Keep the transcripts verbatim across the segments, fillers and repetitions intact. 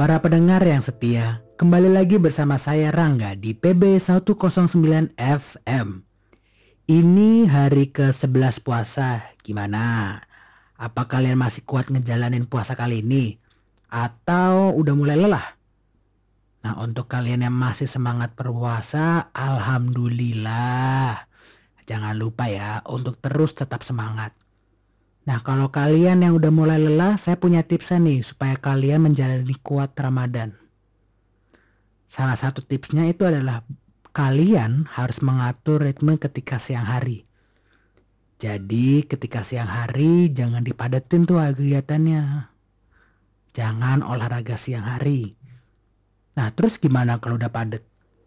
Para pendengar yang setia, kembali lagi bersama saya Rangga di P B seratus sembilan F M. Ini hari ke sebelas puasa, gimana? Apa kalian masih kuat ngejalanin puasa kali ini? Atau udah mulai lelah? Nah, untuk kalian yang masih semangat berpuasa, alhamdulillah. Jangan lupa ya untuk terus tetap semangat. Nah, kalau kalian yang udah mulai lelah, saya punya tipsnya nih supaya kalian menjalani kuat Ramadan. Salah satu tipsnya itu adalah kalian harus mengatur ritme ketika siang hari. Jadi ketika siang hari jangan dipadetin tuh kegiatannya. Jangan olahraga siang hari. Nah, terus gimana kalau udah padet?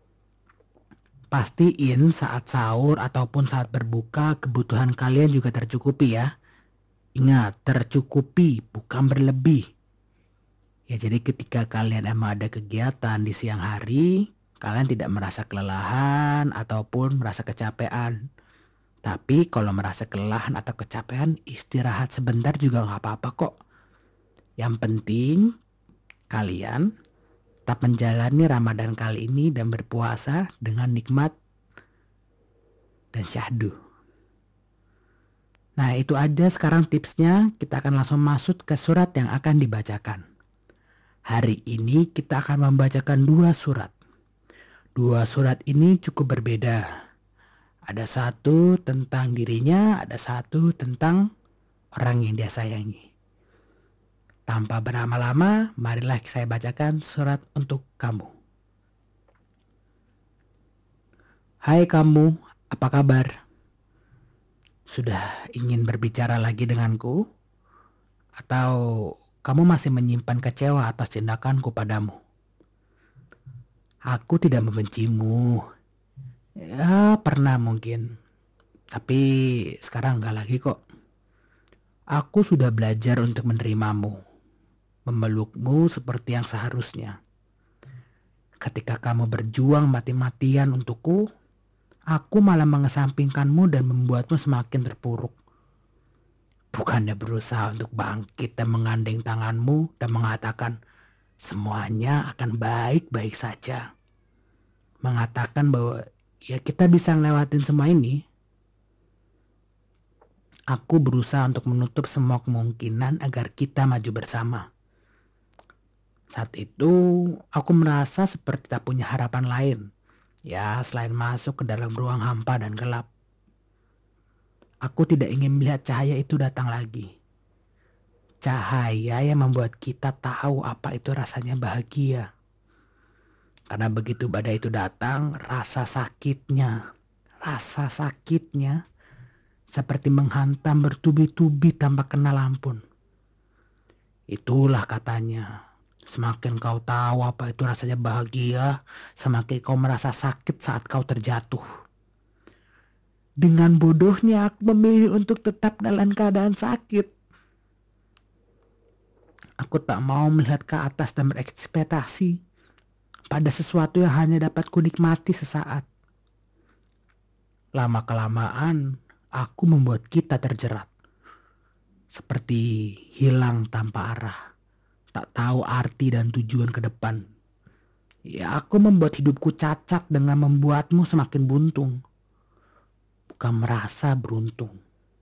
Pastiin saat sahur ataupun saat berbuka kebutuhan kalian juga tercukupi ya. Ingat, tercukupi, bukan berlebih. Ya, jadi ketika kalian emang ada kegiatan di siang hari, kalian tidak merasa kelelahan ataupun merasa kecapean. Tapi kalau merasa kelelahan atau kecapean, istirahat sebentar juga nggak apa-apa kok. Yang penting, kalian tetap menjalani Ramadan kali ini dan berpuasa dengan nikmat dan syahdu. Nah, itu aja sekarang tipsnya. Kita akan langsung masuk ke surat yang akan dibacakan. Hari ini kita akan membacakan dua surat. Dua surat ini cukup berbeda. Ada satu tentang dirinya, ada satu tentang orang yang dia sayangi. Tanpa berlama-lama, marilah saya bacakan surat untuk kamu. Hai kamu, apa kabar? Sudah ingin berbicara lagi denganku? Atau kamu masih menyimpan kecewa atas tindakanku padamu? Aku tidak membencimu. Ya, pernah mungkin. Tapi sekarang enggak lagi kok. Aku sudah belajar untuk menerimamu. Memelukmu seperti yang seharusnya. Ketika kamu berjuang mati-matian untukku, aku malah mengesampingkanmu dan membuatmu semakin terpuruk. Bukannya berusaha untuk bangkit dan menggandeng tanganmu dan mengatakan semuanya akan baik-baik saja. Mengatakan bahwa ya kita bisa ngelewatin semua ini. Aku berusaha untuk menutup semua kemungkinan agar kita maju bersama. Saat itu aku merasa seperti tak punya harapan lain. Ya, selain masuk ke dalam ruang hampa dan gelap. Aku tidak ingin melihat cahaya itu datang lagi. Cahaya yang membuat kita tahu apa itu rasanya bahagia. Karena begitu badai itu datang, rasa sakitnya, rasa sakitnya seperti menghantam bertubi-tubi tanpa kenal ampun. Itulah katanya. Semakin kau tahu apa itu rasanya bahagia, semakin kau merasa sakit saat kau terjatuh. Dengan bodohnya aku memilih untuk tetap dalam keadaan sakit. Aku tak mau melihat ke atas dan berekspektasi pada sesuatu yang hanya dapat kunikmati sesaat. Lama-kelamaan aku membuat kita terjerat. Seperti hilang tanpa arah. Tak tahu arti dan tujuan ke depan. Ya, aku membuat hidupku cacat dengan membuatmu semakin buntung. Bukan merasa beruntung.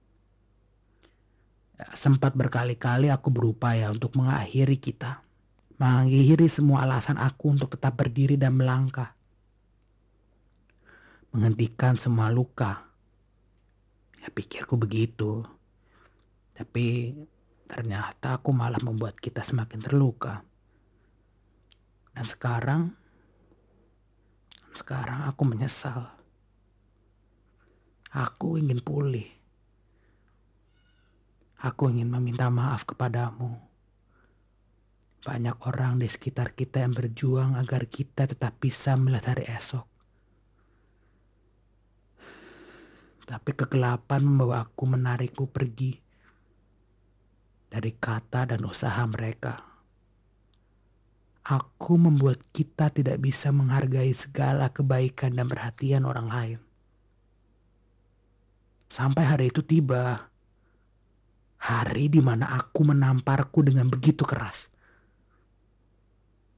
Ya, sempat berkali-kali aku berupaya untuk mengakhiri kita. Mengakhiri semua alasan aku untuk tetap berdiri dan melangkah. Menghentikan semua luka. Ya, pikirku begitu. Tapi ternyata aku malah membuat kita semakin terluka. Dan sekarang, sekarang aku menyesal. Aku ingin pulih. Aku ingin meminta maaf kepadamu. Banyak orang di sekitar kita yang berjuang agar kita tetap bisa melihat hari esok. Tapi kegelapan membawa aku menarikku pergi dari kata dan usaha mereka. Aku membuat kita tidak bisa menghargai segala kebaikan dan perhatian orang lain. Sampai hari itu tiba. Hari di mana aku menamparku dengan begitu keras.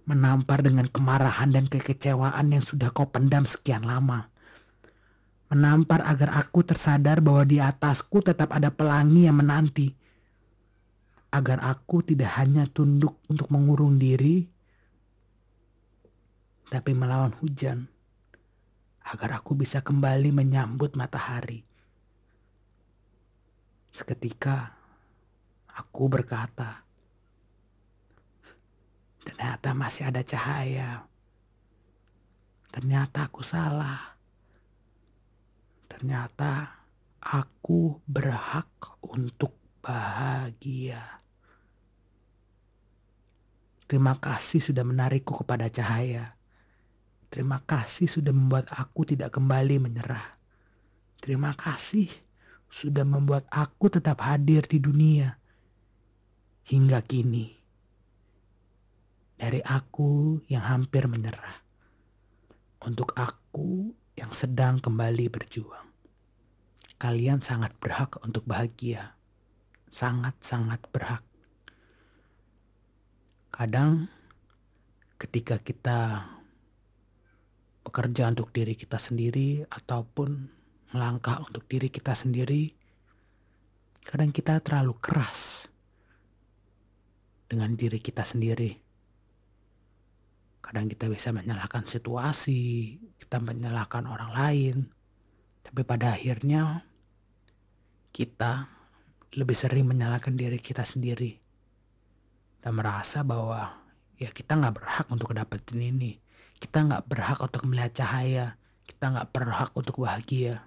Menampar dengan kemarahan dan kekecewaan yang sudah kau pendam sekian lama. Menampar agar aku tersadar bahwa di atasku tetap ada pelangi yang menanti. Agar aku tidak hanya tunduk untuk mengurung diri, tapi melawan hujan. Agar aku bisa kembali menyambut matahari. Seketika aku berkata, ternyata masih ada cahaya. Ternyata aku salah. Ternyata aku berhak untuk bahagia. Terima kasih sudah menarikku kepada cahaya. Terima kasih sudah membuat aku tidak kembali menyerah. Terima kasih sudah membuat aku tetap hadir di dunia. Hingga kini. Dari aku yang hampir menyerah. Untuk aku yang sedang kembali berjuang. Kalian sangat berhak untuk bahagia. Sangat-sangat berhak. Kadang ketika kita bekerja untuk diri kita sendiri ataupun melangkah untuk diri kita sendiri, kadang kita terlalu keras dengan diri kita sendiri. Kadang kita bisa menyalahkan situasi, kita menyalahkan orang lain, tapi pada akhirnya kita lebih sering menyalahkan diri kita sendiri. Dan merasa bahwa ya kita gak berhak untuk dapetin ini. Kita gak berhak untuk melihat cahaya. Kita gak berhak untuk bahagia.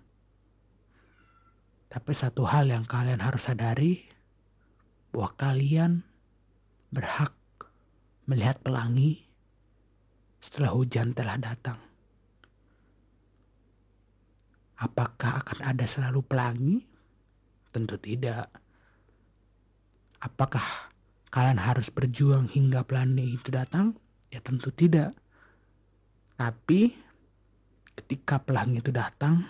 Tapi satu hal yang kalian harus sadari, bahwa kalian berhak melihat pelangi setelah hujan telah datang. Apakah akan ada selalu pelangi? Tentu tidak. Apakah kalian harus berjuang hingga pelangi itu datang? Ya tentu tidak. Tapi ketika pelangi itu datang,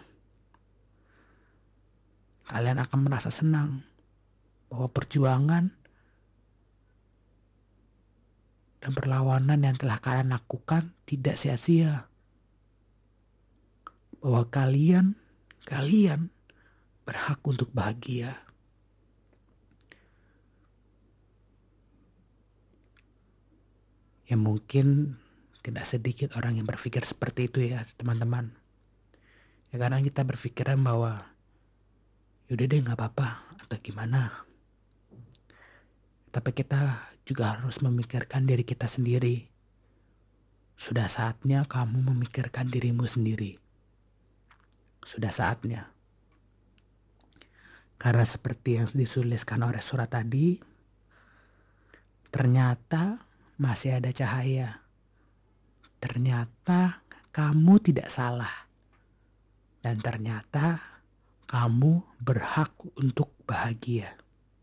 kalian akan merasa senang bahwa perjuangan dan perlawanan yang telah kalian lakukan tidak sia-sia. Bahwa kalian, kalian berhak untuk bahagia. Ya mungkin tidak sedikit orang yang berpikir seperti itu ya teman-teman. Ya kadang kita berpikiran bahwa yaudah deh gak apa-apa atau gimana. Tapi kita juga harus memikirkan diri kita sendiri. Sudah saatnya kamu memikirkan dirimu sendiri. Sudah saatnya. Karena seperti yang dituliskan oleh surat tadi, ternyata masih ada cahaya. Ternyata kamu tidak salah. Dan ternyata kamu berhak untuk bahagia.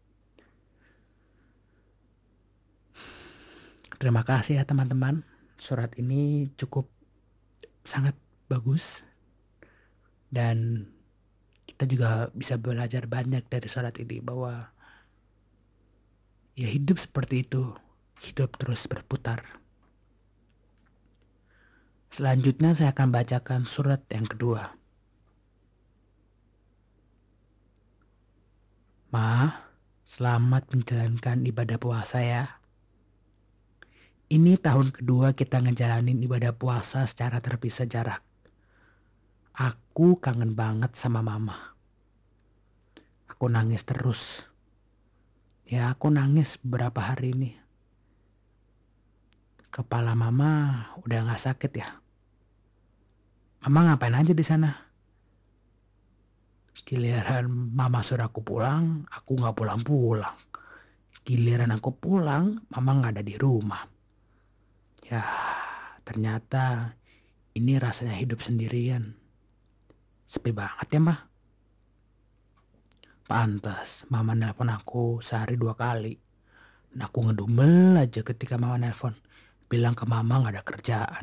Terima kasih ya teman-teman. Surat ini cukup sangat bagus. Dan kita juga bisa belajar banyak dari surat ini bahwa ya hidup seperti itu. Hidup terus berputar. Selanjutnya saya akan bacakan surat yang kedua. Ma, selamat menjalankan ibadah puasa ya. Ini tahun kedua kita ngejalanin ibadah puasa secara terpisah jarak. Aku kangen banget sama mama. Aku nangis terus. Ya aku nangis beberapa hari ini. Kepala mama udah gak sakit ya. Mama ngapain aja di sana? Giliran mama suruh aku pulang, aku gak pulang-pulang. Giliran aku pulang, mama gak ada di rumah. Ya ternyata ini rasanya hidup sendirian. Sepi banget ya mah. Pantas mama nelpon aku sehari dua kali. Dan aku ngedumel aja ketika mama nelpon. Bilang ke mama gak ada kerjaan.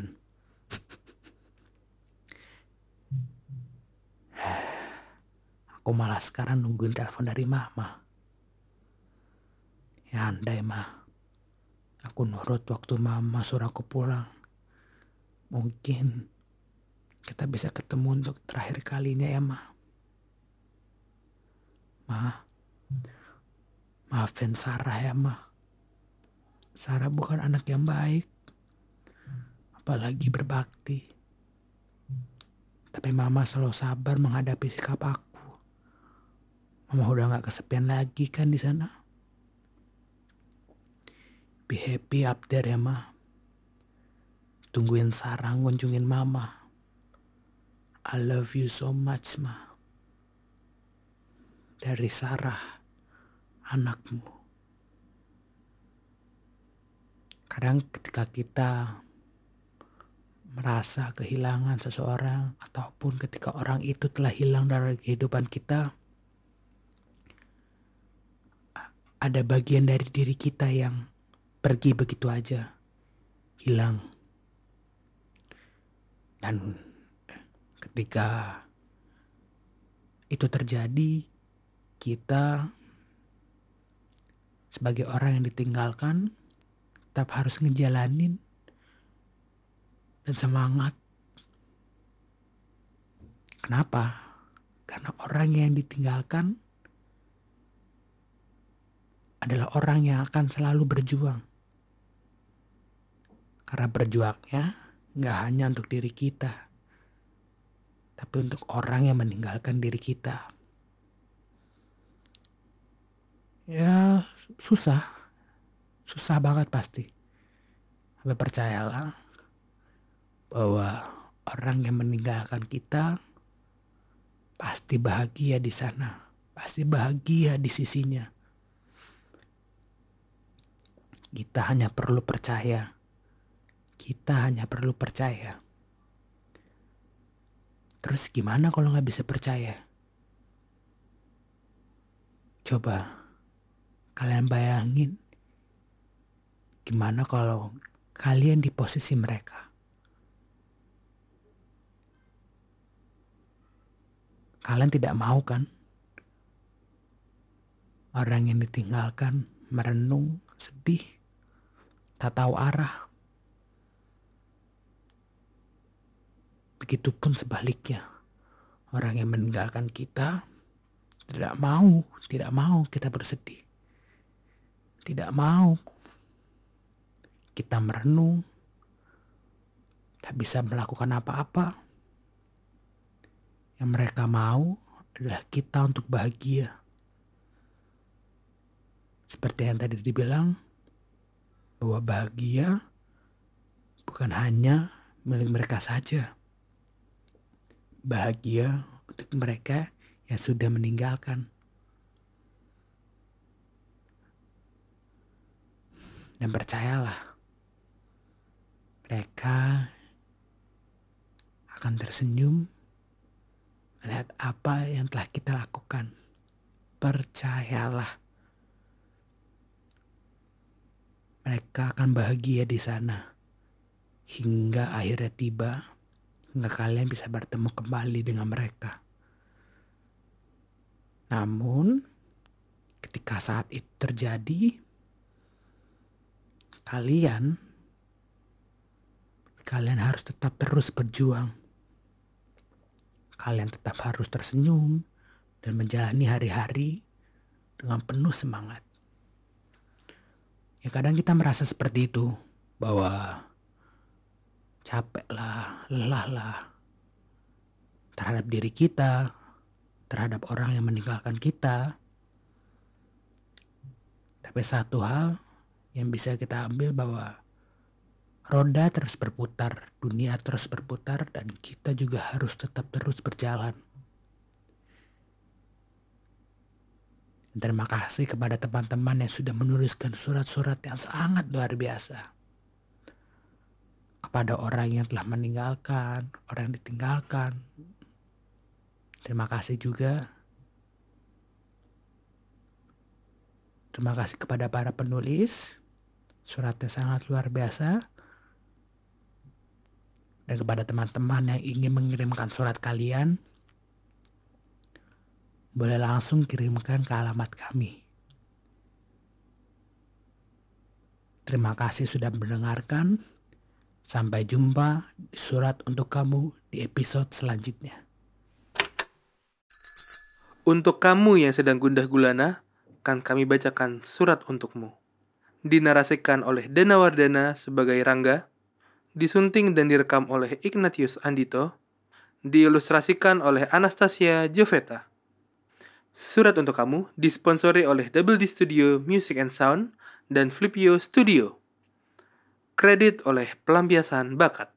Aku malah sekarang nungguin telepon dari mama. Ya andai mah. Aku nurut waktu mama suruh aku pulang. Mungkin kita bisa ketemu untuk terakhir kalinya ya, Ma. Ma, maafin Sarah ya, Ma. Sarah bukan anak yang baik, apalagi berbakti. Tapi Mama selalu sabar menghadapi sikap aku. Mama udah gak kesepian lagi kan di sana. Be happy up there ya, Ma. Tungguin Sarah ngunjungin Mama. I love you so much, Ma. Dari Sarah, anakmu. Kadang ketika kita merasa kehilangan seseorang ataupun ketika orang itu telah hilang dari kehidupan kita, ada bagian dari diri kita yang pergi begitu aja, hilang. Dan ketika itu terjadi, kita sebagai orang yang ditinggalkan tetap harus ngejalanin dan semangat. Kenapa? Karena orang yang ditinggalkan adalah orang yang akan selalu berjuang. Karena berjuangnya gak hanya untuk diri kita, tapi untuk orang yang meninggalkan diri kita. Ya susah, susah banget pasti. Tapi percayalah bahwa orang yang meninggalkan kita pasti bahagia di sana, pasti bahagia di sisinya. Kita hanya perlu percaya, kita hanya perlu percaya. Terus gimana kalau gak bisa percaya? Coba kalian bayangin gimana kalau kalian di posisi mereka. Kalian tidak mau kan? Orang yang ditinggalkan merenung, sedih, tak tahu arah. Begitupun sebaliknya. Orang yang meninggalkan kita tidak mau, tidak mau kita bersedih. Tidak mau kita merenung, tak bisa melakukan apa-apa. Yang mereka mau adalah kita untuk bahagia. Seperti yang tadi dibilang, bahwa bahagia bukan hanya milik mereka saja. Bahagia untuk mereka yang sudah meninggalkan. Dan percayalah, mereka akan tersenyum melihat apa yang telah kita lakukan. Percayalah, mereka akan bahagia di sana hingga akhirnya tiba, hingga kalian bisa bertemu kembali dengan mereka. Namun, ketika saat itu terjadi, kalian, kalian harus tetap terus berjuang. Kalian tetap harus tersenyum dan menjalani hari-hari dengan penuh semangat. Ya kadang kita merasa seperti itu, bahwa capek lah, lelah lah terhadap diri kita, terhadap orang yang meninggalkan kita. Tapi satu hal yang bisa kita ambil bahwa roda terus berputar, dunia terus berputar, dan kita juga harus tetap terus berjalan. Terima kasih kepada teman-teman yang sudah menuliskan surat-surat yang sangat luar biasa. Kepada orang yang telah meninggalkan, orang yang ditinggalkan. Terima kasih juga. Terima kasih kepada para penulis. Suratnya sangat luar biasa. Dan kepada teman-teman yang ingin mengirimkan surat kalian, boleh langsung kirimkan ke alamat kami. Terima kasih sudah mendengarkan. Sampai jumpa di surat untuk kamu di episode selanjutnya. Untuk kamu yang sedang gundah gulana, akan kami bacakan surat untukmu. Dinarasikan oleh Dana Wardana sebagai Rangga, disunting dan direkam oleh Ignatius Andito, diilustrasikan oleh Anastasia Joveta. Surat untuk kamu disponsori oleh Double D Studio Music and Sound dan Flipio Studio. Kredit oleh Pelampiasan Bakat.